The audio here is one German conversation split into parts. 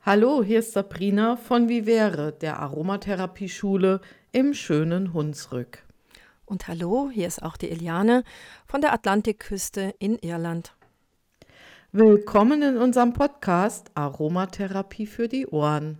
Hallo, hier ist Sabrina von Vivere, der Aromatherapieschule im schönen Hunsrück. Und hallo, hier ist auch die Eliane von der Atlantikküste in Irland. Willkommen in unserem Podcast Aromatherapie für die Ohren.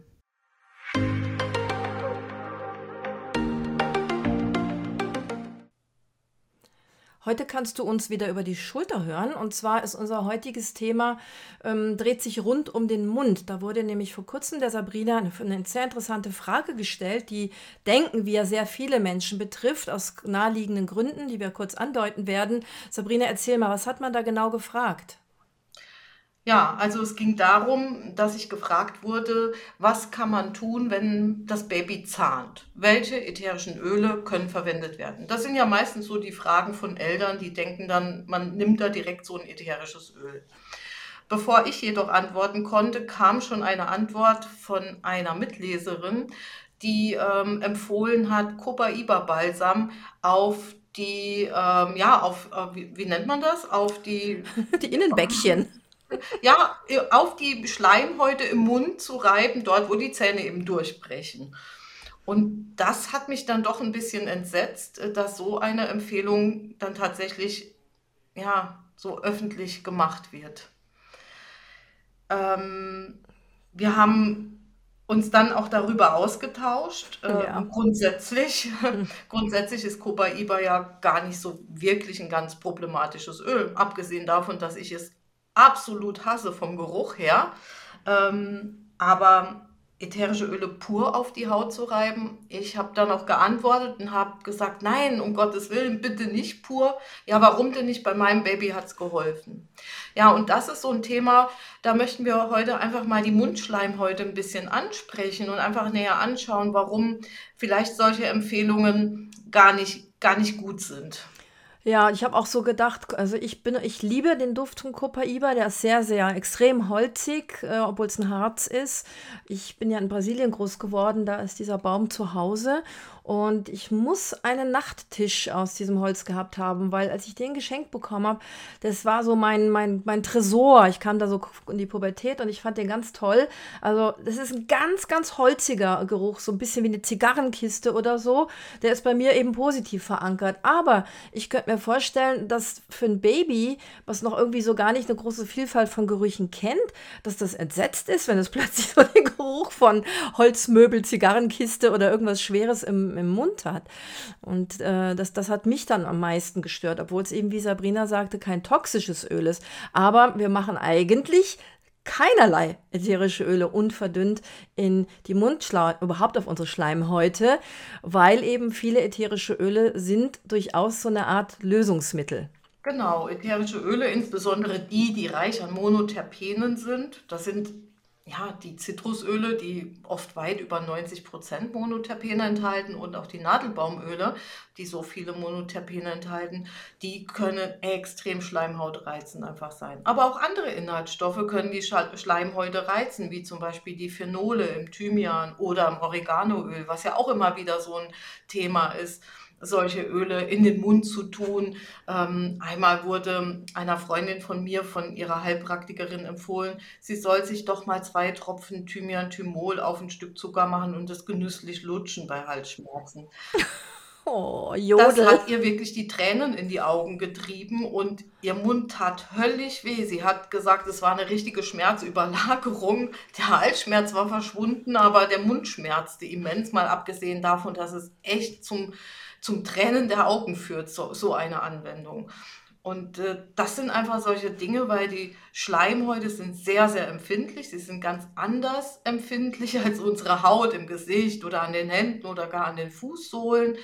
Heute kannst du uns wieder über die Schulter hören. Und zwar ist unser heutiges Thema, dreht sich rund um den Mund. Da wurde nämlich vor kurzem der Sabrina eine sehr interessante Frage gestellt, die, denken wir, sehr viele Menschen betrifft, aus naheliegenden Gründen, die wir kurz andeuten werden. Sabrina, erzähl mal, was hat man da genau gefragt? Ja, also es ging darum, dass ich gefragt wurde, was kann man tun, wenn das Baby zahnt? Welche ätherischen Öle können verwendet werden? Das sind ja meistens so die Fragen von Eltern, die denken dann, man nimmt da direkt so ein ätherisches Öl. Bevor ich jedoch antworten konnte, kam schon eine Antwort von einer Mitleserin, die empfohlen hat, Copaiba-Balsam auf die, wie nennt man das? Auf die Die Innenbäckchen. ja, auf die Schleimhäute im Mund zu reiben, dort, wo die Zähne eben durchbrechen. Und das hat mich dann doch ein bisschen entsetzt, dass so eine Empfehlung dann tatsächlich, ja, so öffentlich gemacht wird. Wir haben uns dann auch darüber ausgetauscht. Ja. Grundsätzlich ist Copaiba ja gar nicht so wirklich ein ganz problematisches Öl, abgesehen davon, dass ich es absolut hasse vom Geruch her. Aber ätherische Öle pur auf die Haut zu reiben, ich habe dann auch geantwortet und habe gesagt, nein, um Gottes Willen, bitte nicht pur. Ja, warum denn nicht? Bei meinem Baby hat es geholfen. Ja, und das ist so ein Thema, da möchten wir heute einfach mal die Mundschleimhäute ein bisschen ansprechen und einfach näher anschauen, warum vielleicht solche Empfehlungen gar nicht gut sind. Ja, ich habe auch so gedacht, also ich liebe den Duft von Copaiba, der ist sehr, sehr extrem holzig, obwohl es ein Harz ist. Ich bin ja in Brasilien groß geworden, da ist dieser Baum zu Hause und ich muss einen Nachttisch aus diesem Holz gehabt haben, weil als ich den geschenkt bekommen habe, das war so mein Tresor. Ich kam da so in die Pubertät und ich fand den ganz toll. Also das ist ein ganz, ganz holziger Geruch, so ein bisschen wie eine Zigarrenkiste oder so. Der ist bei mir eben positiv verankert. Aber ich könnte mir vorstellen, dass für ein Baby, was noch irgendwie so gar nicht eine große Vielfalt von Gerüchen kennt, dass das entsetzt ist, wenn es plötzlich so den Geruch von Holzmöbel, Zigarrenkiste oder irgendwas Schweres im Mund hat. Und das hat mich dann am meisten gestört, obwohl es eben, wie Sabrina sagte, kein toxisches Öl ist. Aber wir machen eigentlich keinerlei ätherische Öle unverdünnt in die Mundschleim, überhaupt auf unsere Schleimhäute, weil eben viele ätherische Öle sind durchaus so eine Art Lösungsmittel. Genau, ätherische Öle, insbesondere die, die reich an Monoterpenen sind. Das sind ja die Zitrusöle, die oft weit über 90% Monoterpene enthalten und auch die Nadelbaumöle, die so viele Monoterpene enthalten, die können extrem schleimhautreizend einfach sein. Aber auch andere Inhaltsstoffe können die Schleimhäute reizen, wie zum Beispiel die Phenole im Thymian oder im Oreganoöl, was ja auch immer wieder so ein Thema ist, solche Öle in den Mund zu tun. Einmal wurde einer Freundin von mir, von ihrer Heilpraktikerin empfohlen, sie soll sich doch mal 2 Tropfen Thymian-Thymol auf ein Stück Zucker machen und das genüsslich lutschen bei Halsschmerzen. Oh, Das Jodel. hat ihr wirklich die Tränen in die Augen getrieben und ihr Mund tat höllisch weh. Sie hat gesagt, es war eine richtige Schmerzüberlagerung. Der Halsschmerz war verschwunden, aber der Mund schmerzte immens, mal abgesehen davon, dass es echt zum Tränen der Augen führt, so eine Anwendung. Und das sind einfach solche Dinge, weil die Schleimhäute sind sehr, sehr empfindlich. Sie sind ganz anders empfindlich als unsere Haut im Gesicht oder an den Händen oder gar an den Fußsohlen.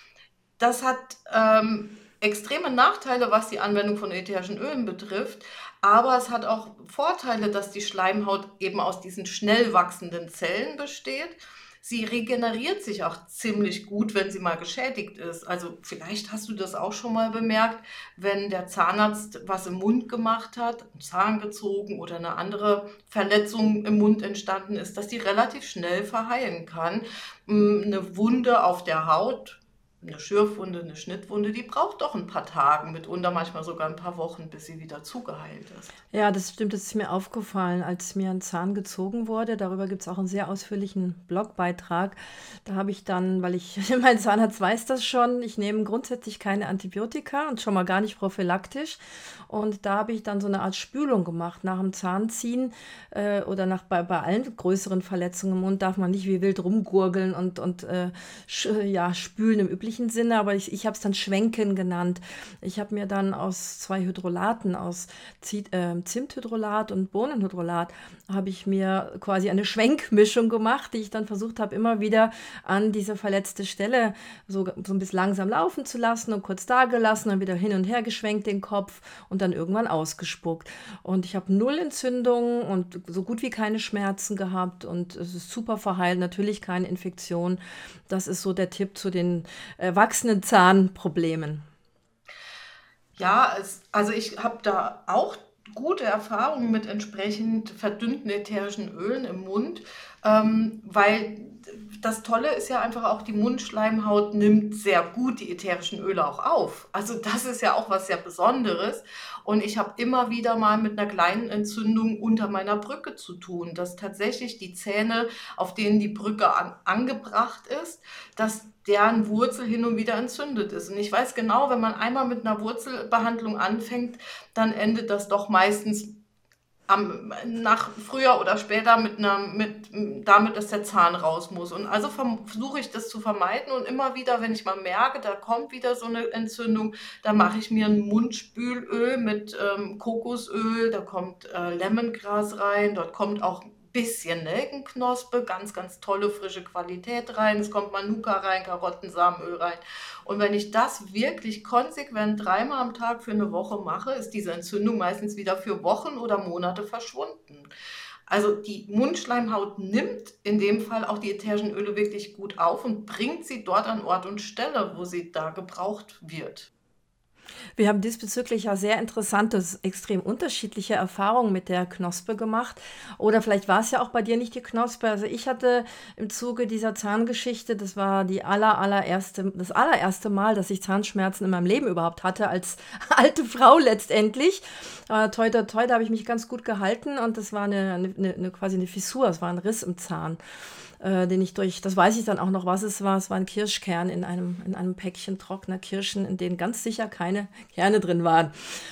Das hat extreme Nachteile, was die Anwendung von ätherischen Ölen betrifft, aber es hat auch Vorteile, dass die Schleimhaut eben aus diesen schnell wachsenden Zellen besteht. Sie regeneriert sich auch ziemlich gut, wenn sie mal geschädigt ist. Also vielleicht hast du das auch schon mal bemerkt, wenn der Zahnarzt was im Mund gemacht hat, einen Zahn gezogen oder eine andere Verletzung im Mund entstanden ist, dass die relativ schnell verheilen kann. Eine Wunde auf der Haut eine Schürfwunde, eine Schnittwunde, die braucht doch ein paar Tage, mitunter manchmal sogar ein paar Wochen, bis sie wieder zugeheilt ist. Ja, das stimmt, das ist mir aufgefallen, als mir ein Zahn gezogen wurde. Darüber gibt es auch einen sehr ausführlichen Blogbeitrag. Da habe ich dann, weil ich, mein Zahnarzt weiß das schon, ich nehme grundsätzlich keine Antibiotika und schon mal gar nicht prophylaktisch. Und da habe ich dann so eine Art Spülung gemacht nach dem Zahnziehen oder bei allen größeren Verletzungen im Mund darf man nicht wie wild rumgurgeln und spülen im üblichen Sinne, aber ich habe es dann Schwenken genannt. Ich habe mir dann aus 2 Hydrolaten, aus Zimthydrolat und Bohnenhydrolat, habe ich mir quasi eine Schwenkmischung gemacht, die ich dann versucht habe, immer wieder an diese verletzte Stelle so ein bisschen langsam laufen zu lassen und kurz da gelassen, dann wieder hin und her geschwenkt den Kopf und dann irgendwann ausgespuckt. Und ich habe null Entzündungen und so gut wie keine Schmerzen gehabt und es ist super verheilt, natürlich keine Infektion. Das ist so der Tipp zu den wachsenden Zahnproblemen. Ja, also ich habe da auch gute Erfahrungen mit entsprechend verdünnten ätherischen Ölen im Mund, weil das Tolle ist ja einfach auch, die Mundschleimhaut nimmt sehr gut die ätherischen Öle auch auf. Also das ist ja auch was sehr Besonderes. Und ich habe immer wieder mal mit einer kleinen Entzündung unter meiner Brücke zu tun, dass tatsächlich die Zähne, auf denen die Brücke angebracht ist, dass deren Wurzel hin und wieder entzündet ist. Und ich weiß genau, wenn man einmal mit einer Wurzelbehandlung anfängt, dann endet das doch meistens nach früher oder später damit, dass der Zahn raus muss. Und also versuche ich das zu vermeiden und immer wieder, wenn ich mal merke, da kommt wieder so eine Entzündung, dann mache ich mir ein Mundspülöl mit Kokosöl, da kommt Lemongras rein, dort kommt auch ein bisschen Nelkenknospe, ganz, ganz tolle frische Qualität rein, es kommt Manuka rein, Karottensamenöl rein. Und wenn ich das wirklich konsequent 3-mal am Tag für eine Woche mache, ist diese Entzündung meistens wieder für Wochen oder Monate verschwunden. Also die Mundschleimhaut nimmt in dem Fall auch die ätherischen Öle wirklich gut auf und bringt sie dort an Ort und Stelle, wo sie da gebraucht wird. Wir haben diesbezüglich ja sehr interessante, extrem unterschiedliche Erfahrungen mit der Knospe gemacht. Oder vielleicht war es ja auch bei dir nicht die Knospe. Also ich hatte im Zuge dieser Zahngeschichte, das war das allererste Mal, dass ich Zahnschmerzen in meinem Leben überhaupt hatte, als alte Frau letztendlich. Toi, toi, toi, da habe ich mich ganz gut gehalten und das war quasi eine Fissur, es war ein Riss im Zahn, das weiß ich dann auch noch, was es war. Es war ein Kirschkern in einem Päckchen trockener Kirschen, in denen ganz sicher keine Kerne drin waren.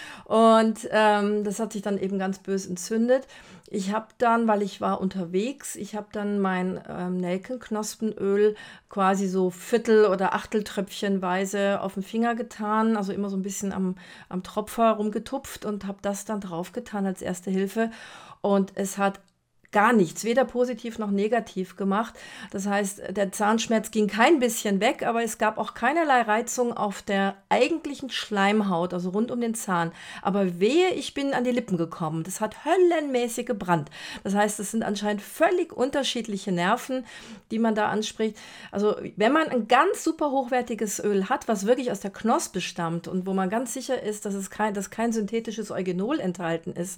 Und das hat sich dann eben ganz bös entzündet. Ich habe dann, weil ich war unterwegs, ich habe dann mein Nelkenknospenöl quasi so Viertel- oder Achteltröpfchenweise auf den Finger getan, also immer so ein bisschen am Tropfer rumgetupft und habe das dann draufgetan als erste Hilfe. Und es hat gar nichts, weder positiv noch negativ gemacht. Das heißt, der Zahnschmerz ging kein bisschen weg, aber es gab auch keinerlei Reizung auf der eigentlichen Schleimhaut, also rund um den Zahn. Aber wehe, ich bin an die Lippen gekommen. Das hat höllenmäßig gebrannt. Das heißt, es sind anscheinend völlig unterschiedliche Nerven, die man da anspricht. Also wenn man ein ganz super hochwertiges Öl hat, was wirklich aus der Knospe stammt und wo man ganz sicher ist, dass kein synthetisches Eugenol enthalten ist.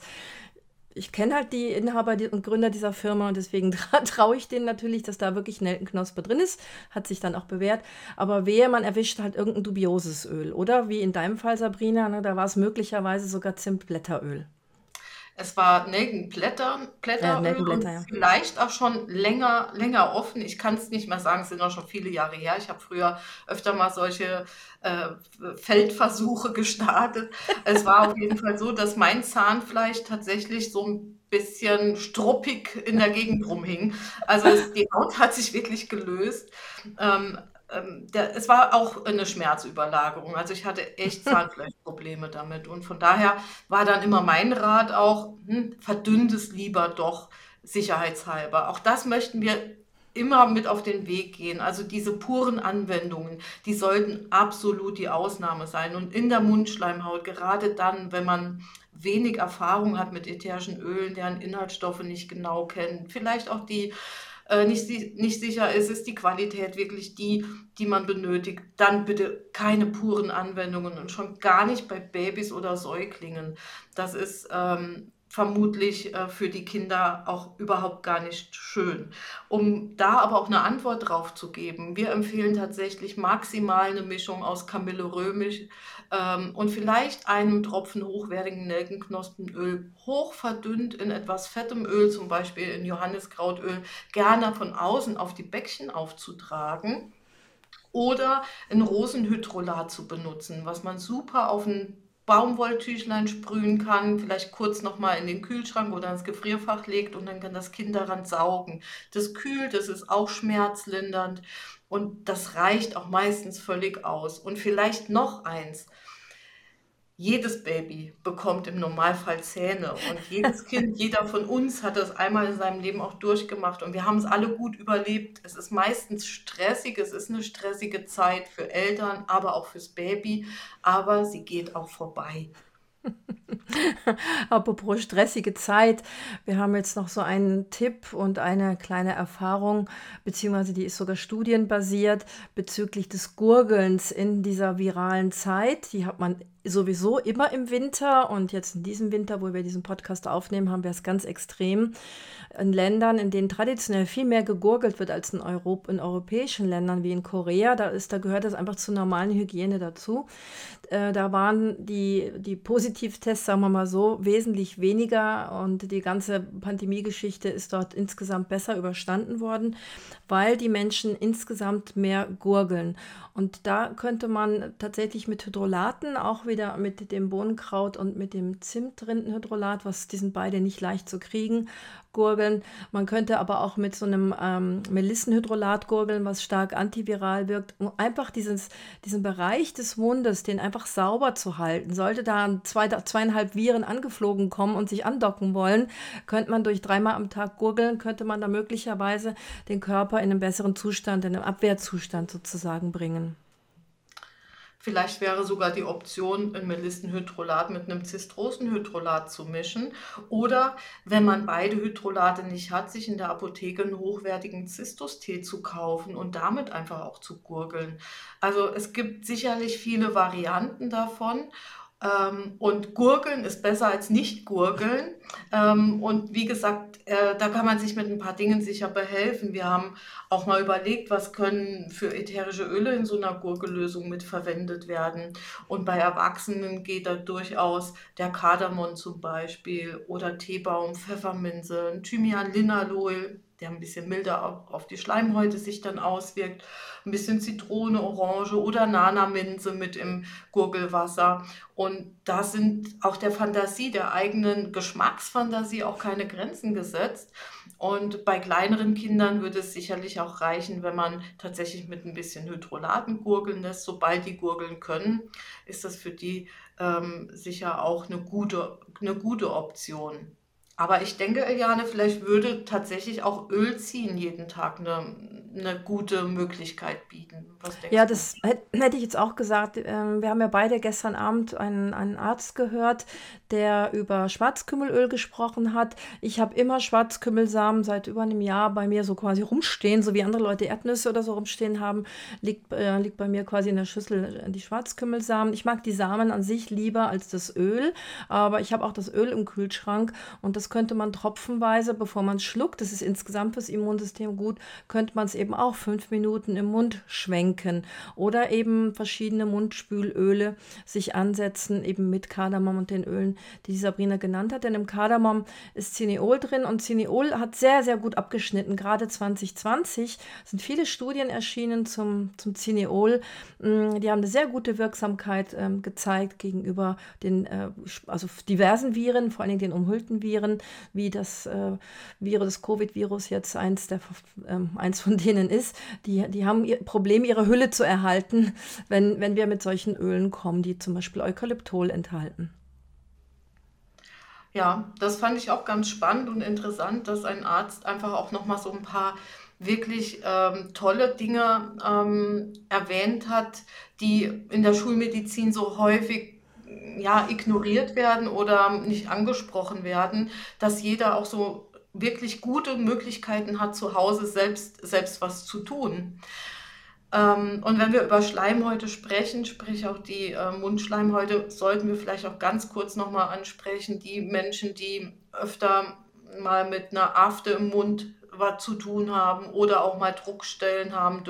Ich kenne halt die Inhaber und Gründer dieser Firma und deswegen traue ich denen natürlich, dass da wirklich Nelkenknospe drin ist. Hat sich dann auch bewährt. Aber wehe, man erwischt halt irgendein dubioses Öl. Oder wie in deinem Fall, Sabrina, ne, da war es möglicherweise sogar Zimtblätteröl. Es war Nelkenblätteröl und Nelkenblätter, ja. vielleicht auch schon länger offen. Ich kann es nicht mehr sagen, es sind auch schon viele Jahre her. Ich habe früher öfter mal solche äh, Feldversuche gestartet. Es war auf jeden Fall so, dass mein Zahnfleisch tatsächlich so ein bisschen struppig in der Gegend rumhing. Also die Haut hat sich wirklich gelöst. Ähm, es war auch eine Schmerzüberlagerung. Also ich hatte echt Zahnfleischprobleme damit. Und von daher war dann immer mein Rat auch, verdünnt es lieber doch sicherheitshalber. Auch das möchten wir immer mit auf den Weg gehen. Also diese puren Anwendungen, die sollten absolut die Ausnahme sein. Und in der Mundschleimhaut, gerade dann, wenn man wenig Erfahrung hat mit ätherischen Ölen, deren Inhaltsstoffe nicht genau kennt, vielleicht auch die nicht sicher ist die Qualität wirklich die man benötigt, dann bitte keine puren Anwendungen und schon gar nicht bei Babys oder Säuglingen. Das ist vermutlich für die Kinder auch überhaupt gar nicht schön. Um da aber auch eine Antwort drauf zu geben, wir empfehlen tatsächlich maximal eine Mischung aus Kamille römisch und vielleicht einem Tropfen hochwertigen Nelkenknospenöl, hoch verdünnt in etwas fettem Öl, zum Beispiel in Johanniskrautöl, gerne von außen auf die Bäckchen aufzutragen. Oder ein Rosenhydrolat zu benutzen, was man super auf ein Baumwolltüchlein sprühen kann, vielleicht kurz nochmal in den Kühlschrank oder ins Gefrierfach legt und dann kann das Kind daran saugen. Das kühlt, das ist auch schmerzlindernd und das reicht auch meistens völlig aus. Und vielleicht noch eins. Jedes Baby bekommt im Normalfall Zähne und jedes Kind, jeder von uns hat das einmal in seinem Leben auch durchgemacht und wir haben es alle gut überlebt. Es ist meistens stressig, es ist eine stressige Zeit für Eltern, aber auch fürs Baby, aber sie geht auch vorbei. Apropos stressige Zeit, wir haben jetzt noch so einen Tipp und eine kleine Erfahrung, beziehungsweise die ist sogar studienbasiert bezüglich des Gurgelns in dieser viralen Zeit. Die hat man sowieso immer im Winter und jetzt in diesem Winter, wo wir diesen Podcast aufnehmen, haben wir es ganz extrem. In Ländern, in denen traditionell viel mehr gegurgelt wird als in europäischen Ländern wie in Korea, da gehört das einfach zur normalen Hygiene dazu. Da waren die Positivtests, sagen wir mal so, wesentlich weniger und die ganze Pandemiegeschichte ist dort insgesamt besser überstanden worden, weil die Menschen insgesamt mehr gurgeln. Und da könnte man tatsächlich mit Hydrolaten, auch wieder mit dem Bohnenkraut und mit dem Zimtrindenhydrolat, die sind beide nicht leicht zu kriegen, gurgeln. Man könnte aber auch mit so einem Melissenhydrolat gurgeln, was stark antiviral wirkt, um einfach diesen Bereich des Mundes, den einfach sauber zu halten. Sollte da 2,5 Viren angeflogen kommen und sich andocken wollen, könnte man durch 3-mal am Tag gurgeln, könnte man da möglicherweise den Körper in einen besseren Zustand, in einen Abwehrzustand sozusagen bringen. Vielleicht wäre sogar die Option, ein Melissenhydrolat mit einem Zistrosenhydrolat zu mischen. Oder wenn man beide Hydrolate nicht hat, sich in der Apotheke einen hochwertigen Zistustee zu kaufen und damit einfach auch zu gurgeln. Also es gibt sicherlich viele Varianten davon. Und Gurgeln ist besser als nicht Gurgeln. Und wie gesagt, da kann man sich mit ein paar Dingen sicher behelfen. Wir haben auch mal überlegt, was können für ätherische Öle in so einer Gurgellösung mit verwendet werden. Und bei Erwachsenen geht da durchaus der Kardamom zum Beispiel oder Teebaum, Pfefferminze, Thymian, Linalool, der ein bisschen milder auf die Schleimhäute sich dann auswirkt, ein bisschen Zitrone, Orange oder Nanaminze mit im Gurgelwasser. Und da sind auch der Fantasie, der eigenen Geschmacksfantasie auch keine Grenzen gesetzt. Und bei kleineren Kindern würde es sicherlich auch reichen, wenn man tatsächlich mit ein bisschen Hydrolaten gurgeln lässt. Sobald die gurgeln können, ist das für die sicher auch eine gute Option. Aber ich denke, Eliane, vielleicht würde tatsächlich auch Öl ziehen jeden Tag eine gute Möglichkeit bieten. Was Ja, denkst du? das hätte ich jetzt auch gesagt. Wir haben ja beide gestern Abend einen Arzt gehört, der über Schwarzkümmelöl gesprochen hat. Ich habe immer Schwarzkümmelsamen seit über einem Jahr bei mir so quasi rumstehen, so wie andere Leute Erdnüsse oder so rumstehen haben, liegt bei mir quasi in der Schüssel die Schwarzkümmelsamen. Ich mag die Samen an sich lieber als das Öl, aber ich habe auch das Öl im Kühlschrank und das könnte man tropfenweise, bevor man es schluckt, das ist insgesamt fürs Immunsystem gut, könnte man es eben auch 5 Minuten im Mund schwenken oder eben verschiedene Mundspülöle sich ansetzen, eben mit Kardamom und den Ölen, die Sabrina genannt hat. Denn im Kardamom ist Cineol drin und Cineol hat sehr, sehr gut abgeschnitten. Gerade 2020 sind viele Studien erschienen zum Cineol. Die haben eine sehr gute Wirksamkeit gezeigt gegenüber den also diversen Viren, vor allen Dingen den umhüllten Viren, wie das Covid-Virus jetzt eins von denen ist. Die haben ihr Problem, ihre Hülle zu erhalten, wenn wir mit solchen Ölen kommen, die zum Beispiel Eukalyptol enthalten. Ja, das fand ich auch ganz spannend und interessant, dass ein Arzt einfach auch nochmal so ein paar wirklich tolle Dinge erwähnt hat, die in der Schulmedizin so häufig ja, ignoriert werden oder nicht angesprochen werden, dass jeder auch so wirklich gute Möglichkeiten hat, zu Hause selbst was zu tun. Und wenn wir über Schleimhäute sprechen, sprich auch die Mundschleimhäute, sollten wir vielleicht auch ganz kurz nochmal ansprechen, die Menschen, die öfter mal mit einer Afte im Mund was zu tun haben oder auch mal Druckstellen haben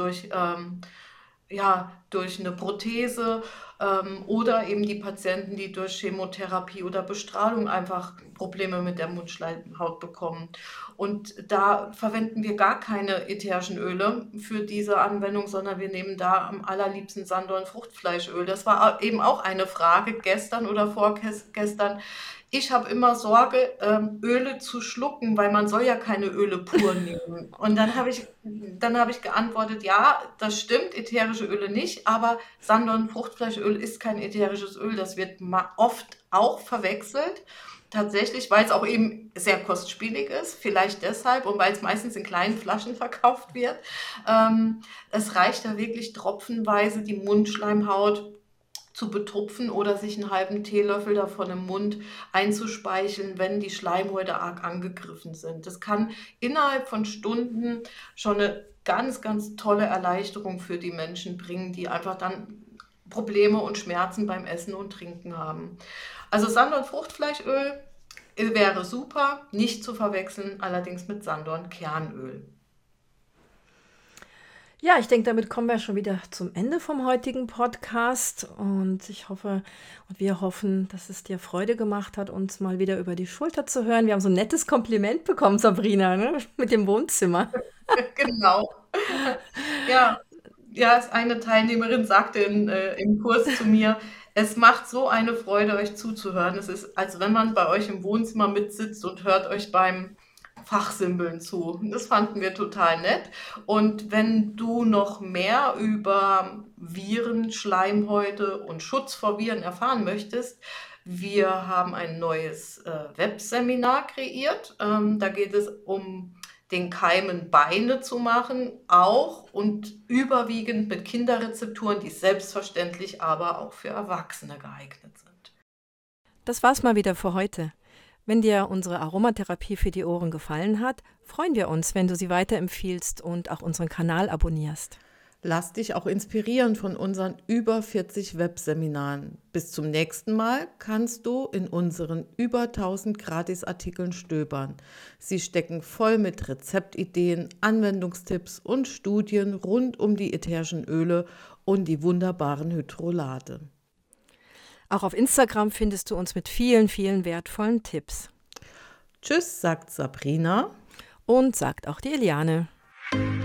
durch eine Prothese oder eben die Patienten, die durch Chemotherapie oder Bestrahlung einfach Probleme mit der Mundschleimhaut bekommen. Und da verwenden wir gar keine ätherischen Öle für diese Anwendung, sondern wir nehmen da am allerliebsten Sanddorn-Fruchtfleischöl. Das war eben auch eine Frage gestern oder vorgestern. Ich habe immer Sorge, Öle zu schlucken, weil man soll ja keine Öle pur nehmen. Und dann habe ich geantwortet, ja, das stimmt, ätherische Öle nicht, aber Sanddorn-Fruchtfleischöl ist kein ätherisches Öl. Das wird oft auch verwechselt. Tatsächlich, weil es auch eben sehr kostspielig ist, vielleicht deshalb und weil es meistens in kleinen Flaschen verkauft wird. Es reicht da wirklich tropfenweise die Mundschleimhaut zu betupfen oder sich einen halben Teelöffel davon im Mund einzuspeicheln, wenn die Schleimhäute arg angegriffen sind. Das kann innerhalb von Stunden schon eine ganz, ganz tolle Erleichterung für die Menschen bringen, die einfach dann Probleme und Schmerzen beim Essen und Trinken haben. Also Sanddorn-Fruchtfleischöl wäre super, nicht zu verwechseln, allerdings mit Sanddorn-Kernöl. Ja, ich denke, damit kommen wir schon wieder zum Ende vom heutigen Podcast und ich hoffe und wir hoffen, dass es dir Freude gemacht hat, uns mal wieder über die Schulter zu hören. Wir haben so ein nettes Kompliment bekommen, Sabrina, ne? Mit dem Wohnzimmer. Genau. Ja, eine Teilnehmerin sagte im Kurs zu mir, es macht so eine Freude, euch zuzuhören. Es ist, als wenn man bei euch im Wohnzimmer mitsitzt und hört euch beim Fachsimpeln zu. Das fanden wir total nett. Und wenn du noch mehr über Viren, Schleimhäute und Schutz vor Viren erfahren möchtest, wir haben ein neues Webseminar kreiert. Da geht es um den Keimen Beine zu machen, auch und überwiegend mit Kinderrezepturen, die selbstverständlich aber auch für Erwachsene geeignet sind. Das war's mal wieder für heute. Wenn dir unsere Aromatherapie für die Ohren gefallen hat, freuen wir uns, wenn du sie weiterempfiehlst und auch unseren Kanal abonnierst. Lass dich auch inspirieren von unseren über 40 Webseminaren. Bis zum nächsten Mal kannst du in unseren über 1000 Gratisartikeln stöbern. Sie stecken voll mit Rezeptideen, Anwendungstipps und Studien rund um die ätherischen Öle und die wunderbaren Hydrolate. Auch auf Instagram findest du uns mit vielen, vielen wertvollen Tipps. Tschüss, sagt Sabrina. Und sagt auch die Eliane.